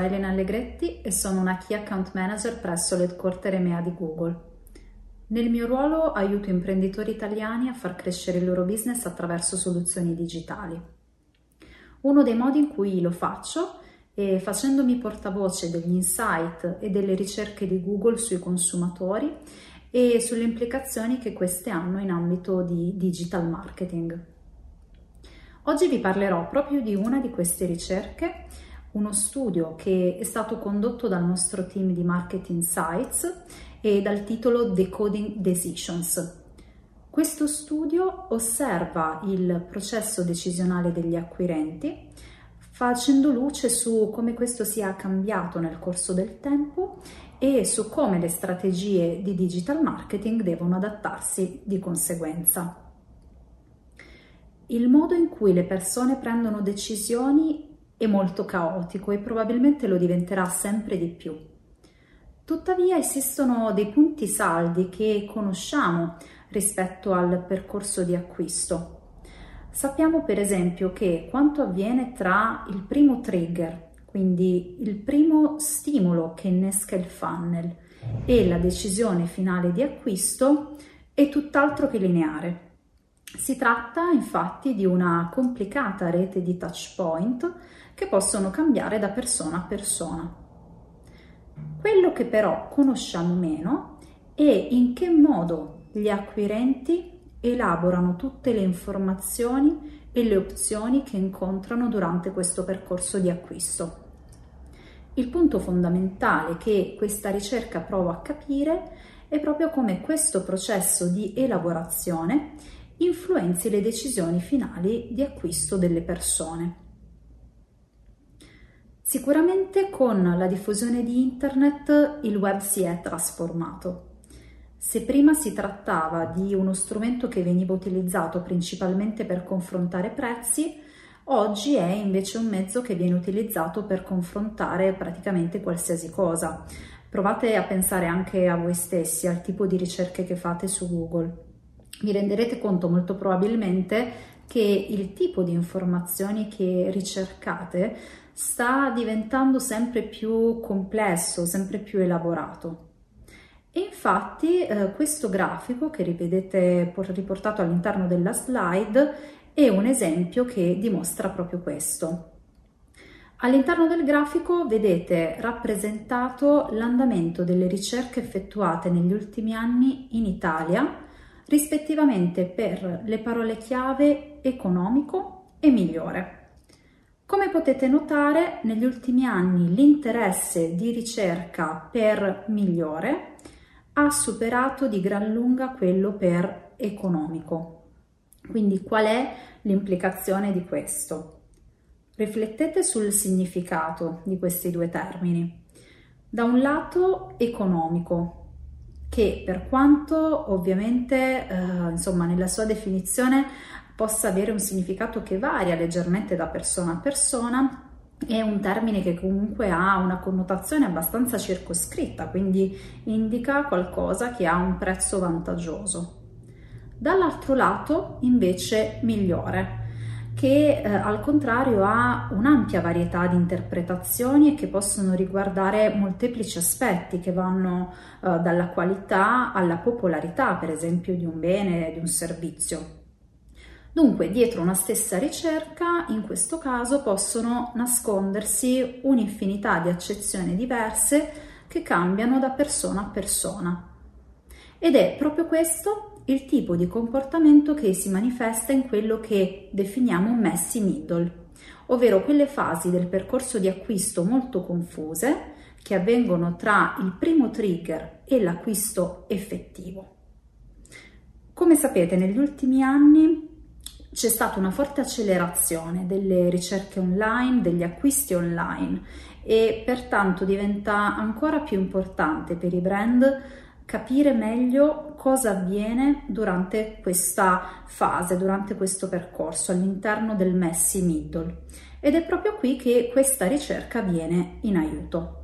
Elena Allegretti e sono una Key Account Manager presso l'Headquarter EMEA di Google. Nel mio ruolo aiuto imprenditori italiani a far crescere il loro business attraverso soluzioni digitali. Uno dei modi in cui lo faccio è facendomi portavoce degli insight e delle ricerche di Google sui consumatori e sulle implicazioni che queste hanno in ambito di digital marketing. Oggi vi parlerò proprio di una di queste ricerche, uno studio che è stato condotto dal nostro team di Market Insights e dal titolo Decoding Decisions. Questo studio osserva il processo decisionale degli acquirenti, facendo luce su come questo sia cambiato nel corso del tempo e su come le strategie di digital marketing devono adattarsi di conseguenza. Il modo in cui le persone prendono decisioni è molto caotico e probabilmente lo diventerà sempre di più. Tuttavia esistono dei punti saldi che conosciamo rispetto al percorso di acquisto. Sappiamo per esempio che quanto avviene tra il primo trigger, quindi il primo stimolo che innesca il funnel, e la decisione finale di acquisto è tutt'altro che lineare. Si tratta infatti di una complicata rete di touch point che possono cambiare da persona a persona. Quello che però conosciamo meno è in che modo gli acquirenti elaborano tutte le informazioni e le opzioni che incontrano durante questo percorso di acquisto. Il punto fondamentale che questa ricerca prova a capire è proprio come questo processo di elaborazione influenzi le decisioni finali di acquisto delle persone. Sicuramente con la diffusione di Internet il web si è trasformato. Se prima si trattava di uno strumento che veniva utilizzato principalmente per confrontare prezzi, oggi è invece un mezzo che viene utilizzato per confrontare praticamente qualsiasi cosa. Provate a pensare anche a voi stessi, al tipo di ricerche che fate su Google. Vi renderete conto molto probabilmente che il tipo di informazioni che ricercate sta diventando sempre più complesso, sempre più elaborato. E infatti questo grafico che rivedete riportato all'interno della slide è un esempio che dimostra proprio questo. All'interno del grafico vedete rappresentato l'andamento delle ricerche effettuate negli ultimi anni in Italia, rispettivamente per le parole chiave economico e migliore. Come potete notare, negli ultimi anni l'interesse di ricerca per migliore ha superato di gran lunga quello per economico. Quindi qual è l'implicazione di questo? Riflettete sul significato di questi due termini. Da un lato economico, che per quanto ovviamente nella sua definizione possa avere un significato che varia leggermente da persona a persona, è un termine che comunque ha una connotazione abbastanza circoscritta, quindi indica qualcosa che ha un prezzo vantaggioso. Dall'altro lato invece migliore, che al contrario ha un'ampia varietà di interpretazioni e che possono riguardare molteplici aspetti che vanno dalla qualità alla popolarità, per esempio, di un bene, di un servizio. Dunque, dietro una stessa ricerca, in questo caso, possono nascondersi un'infinità di accezioni diverse che cambiano da persona a persona. Ed è proprio questo il tipo di comportamento che si manifesta in quello che definiamo messy middle, ovvero quelle fasi del percorso di acquisto molto confuse che avvengono tra il primo trigger e l'acquisto effettivo. Come sapete, negli ultimi anni c'è stata una forte accelerazione delle ricerche online, degli acquisti online e pertanto diventa ancora più importante per i brand capire meglio cosa avviene durante questa fase, durante questo percorso all'interno del messy middle. Ed è proprio qui che questa ricerca viene in aiuto.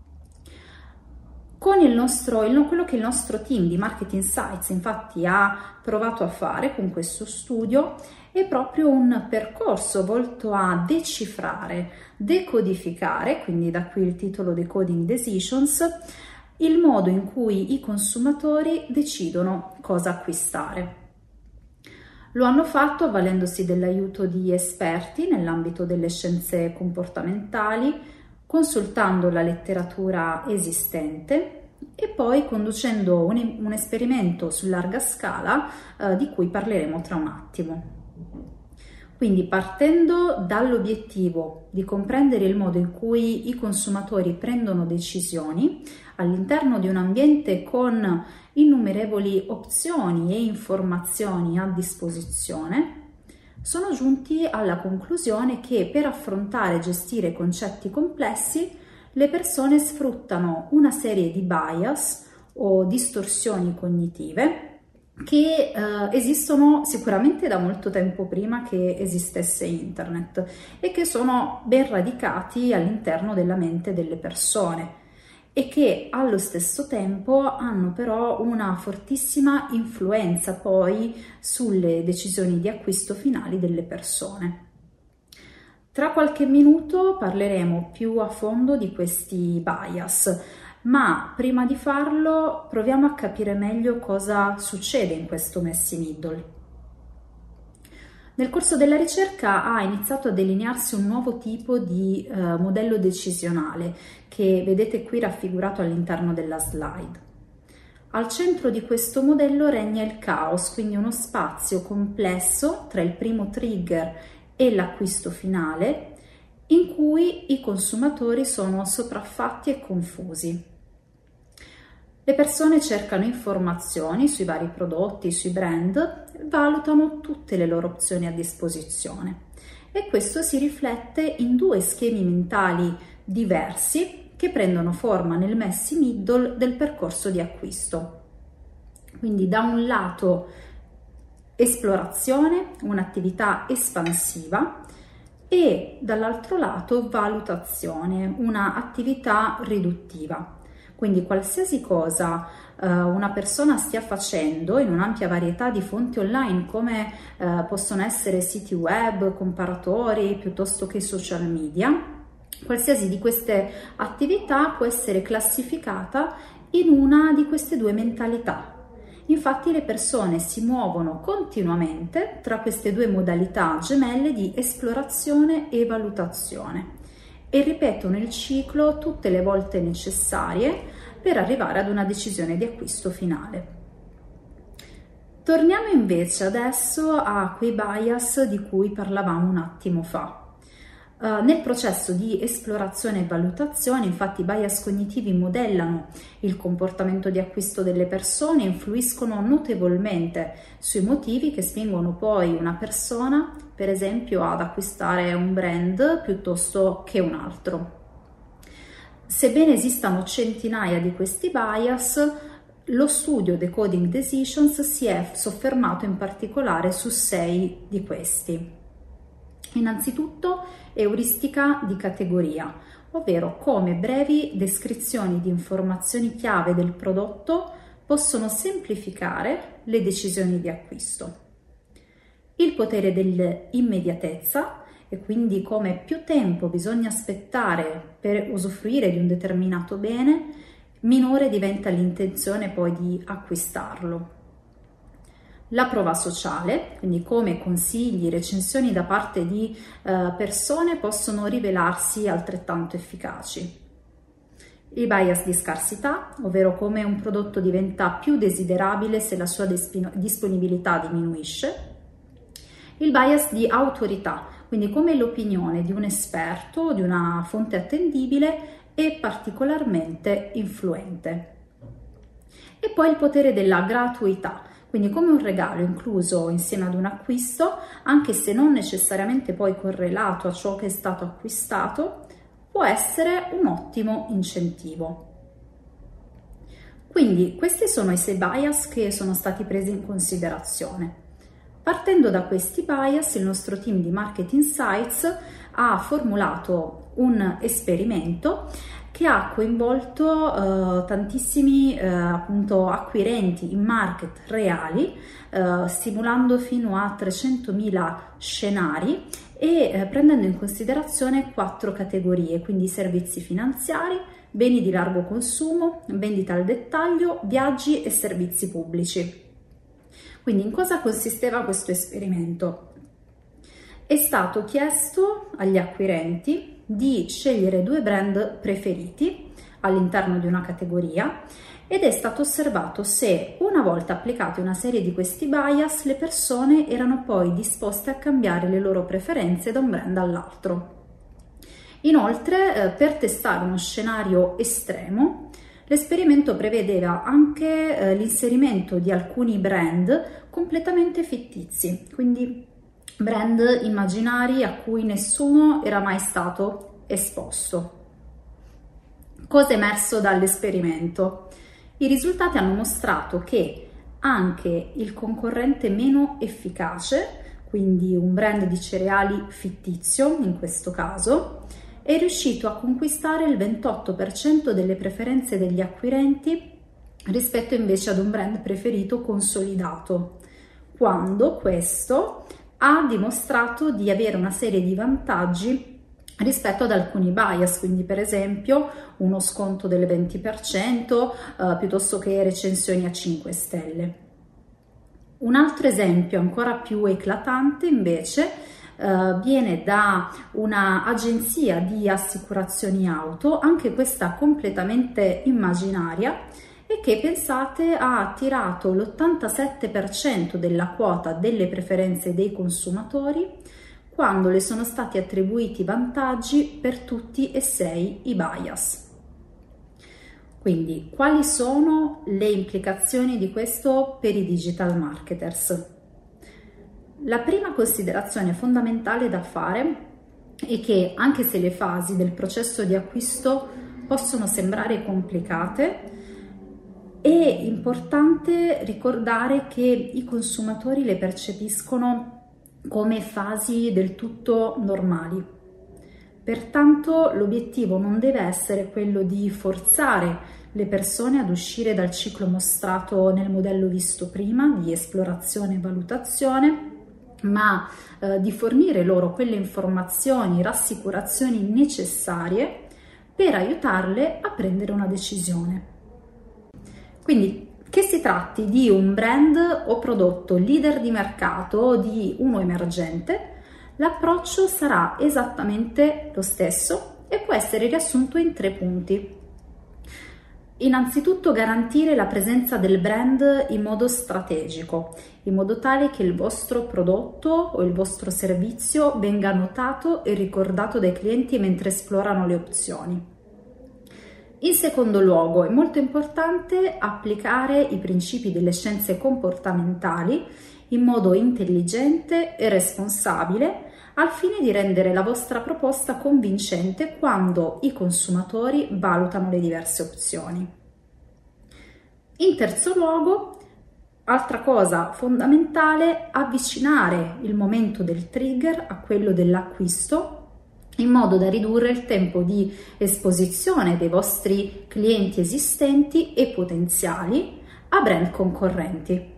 Con quello che il nostro team di Market Insights infatti ha provato a fare con questo studio è proprio un percorso volto a decifrare, decodificare, quindi da qui il titolo Decoding Decisions, il modo in cui i consumatori decidono cosa acquistare. Lo hanno fatto avvalendosi dell'aiuto di esperti nell'ambito delle scienze comportamentali, consultando la letteratura esistente e poi conducendo un esperimento su larga scala di cui parleremo tra un attimo. Quindi partendo dall'obiettivo di comprendere il modo in cui i consumatori prendono decisioni all'interno di un ambiente con innumerevoli opzioni e informazioni a disposizione, sono giunti alla conclusione che per affrontare e gestire concetti complessi le persone sfruttano una serie di bias o distorsioni cognitive che esistono sicuramente da molto tempo prima che esistesse internet e che sono ben radicati all'interno della mente delle persone e che allo stesso tempo hanno però una fortissima influenza poi sulle decisioni di acquisto finali delle persone. Tra qualche minuto parleremo più a fondo di questi bias, ma prima di farlo proviamo a capire meglio cosa succede in questo messy middle. Nel corso della ricerca ha iniziato a delinearsi un nuovo tipo di modello decisionale che vedete qui raffigurato all'interno della slide. Al centro di questo modello regna il caos, quindi uno spazio complesso tra il primo trigger e l'acquisto finale, in cui i consumatori sono sopraffatti e confusi. Le persone cercano informazioni sui vari prodotti, sui brand, valutano tutte le loro opzioni a disposizione e questo si riflette in due schemi mentali diversi che prendono forma nel messy middle del percorso di acquisto. Quindi da un lato esplorazione, un'attività espansiva, e dall'altro lato valutazione, un'attività riduttiva. Quindi qualsiasi cosa una persona stia facendo in un'ampia varietà di fonti online come possono essere siti web, comparatori piuttosto che social media, qualsiasi di queste attività può essere classificata in una di queste due mentalità. Infatti le persone si muovono continuamente tra queste due modalità gemelle di esplorazione e valutazione e ripetono il ciclo tutte le volte necessarie per arrivare ad una decisione di acquisto finale. Torniamo invece adesso a quei bias di cui parlavamo un attimo fa. Nel processo di esplorazione e valutazione, infatti, i bias cognitivi modellano il comportamento di acquisto delle persone e influiscono notevolmente sui motivi che spingono poi una persona, per esempio, ad acquistare un brand piuttosto che un altro. Sebbene esistano centinaia di questi bias, lo studio Decoding Decisions si è soffermato in particolare su 6 di questi. Innanzitutto, euristica di categoria, ovvero come brevi descrizioni di informazioni chiave del prodotto possono semplificare le decisioni di acquisto. Il potere dell'immediatezza, e quindi come più tempo bisogna aspettare per usufruire di un determinato bene, minore diventa l'intenzione poi di acquistarlo. La prova sociale, quindi come consigli, recensioni da parte di persone possono rivelarsi altrettanto efficaci. Il bias di scarsità, ovvero come un prodotto diventa più desiderabile se la sua disponibilità diminuisce. Il bias di autorità, quindi come l'opinione di un esperto o di una fonte attendibile è particolarmente influente. E poi il potere della gratuità, quindi come un regalo incluso insieme ad un acquisto, anche se non necessariamente poi correlato a ciò che è stato acquistato, può essere un ottimo incentivo. Quindi questi sono i 6 bias che sono stati presi in considerazione. Partendo da questi bias, il nostro team di Market Insights ha formulato un esperimento che ha coinvolto tantissimi appunto acquirenti in market reali, simulando fino a 300.000 scenari e prendendo in considerazione 4 categorie, quindi servizi finanziari, beni di largo consumo, vendita al dettaglio, viaggi e servizi pubblici. Quindi in cosa consisteva questo esperimento? È stato chiesto agli acquirenti di scegliere 2 brand preferiti all'interno di una categoria ed è stato osservato se, una volta applicati una serie di questi bias, le persone erano poi disposte a cambiare le loro preferenze da un brand all'altro. Inoltre, per testare uno scenario estremo, l'esperimento prevedeva anche l'inserimento di alcuni brand completamente fittizi, quindi brand immaginari a cui nessuno era mai stato esposto. Cosa è emerso dall'esperimento? I risultati hanno mostrato che anche il concorrente meno efficace, quindi un brand di cereali fittizio in questo caso, è riuscito a conquistare il 28% delle preferenze degli acquirenti rispetto invece ad un brand preferito consolidato, quando questo ha dimostrato di avere una serie di vantaggi rispetto ad alcuni bias, quindi per esempio uno sconto del 20% piuttosto che recensioni a 5 stelle. Un altro esempio ancora più eclatante invece viene da un'agenzia di assicurazioni auto, anche questa completamente immaginaria, e che, pensate, ha attirato l'87% della quota delle preferenze dei consumatori quando le sono stati attribuiti vantaggi per tutti e 6 i bias. Quindi, quali sono le implicazioni di questo per i digital marketers? La prima considerazione fondamentale da fare è che, anche se le fasi del processo di acquisto possono sembrare complicate, è importante ricordare che i consumatori le percepiscono come fasi del tutto normali. Pertanto l'obiettivo non deve essere quello di forzare le persone ad uscire dal ciclo mostrato nel modello visto prima di esplorazione e valutazione, ma di fornire loro quelle informazioni, rassicurazioni necessarie per aiutarle a prendere una decisione. Quindi, che si tratti di un brand o prodotto leader di mercato o di uno emergente, l'approccio sarà esattamente lo stesso e può essere riassunto in 3 punti. Innanzitutto, garantire la presenza del brand in modo strategico, in modo tale che il vostro prodotto o il vostro servizio venga notato e ricordato dai clienti mentre esplorano le opzioni. In secondo luogo, è molto importante applicare i principi delle scienze comportamentali in modo intelligente e responsabile al fine di rendere la vostra proposta convincente quando i consumatori valutano le diverse opzioni. In terzo luogo, altra cosa fondamentale, avvicinare il momento del trigger a quello dell'acquisto in modo da ridurre il tempo di esposizione dei vostri clienti esistenti e potenziali a brand concorrenti.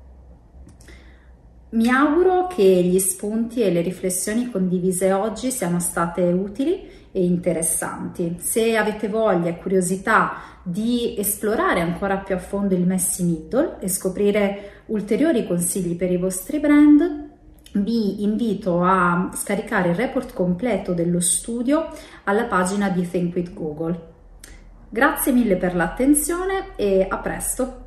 Mi auguro che gli spunti e le riflessioni condivise oggi siano state utili e interessanti. Se avete voglia e curiosità di esplorare ancora più a fondo il Messy Middle e scoprire ulteriori consigli per i vostri brand, vi invito a scaricare il report completo dello studio alla pagina di Think with Google. Grazie mille per l'attenzione e a presto!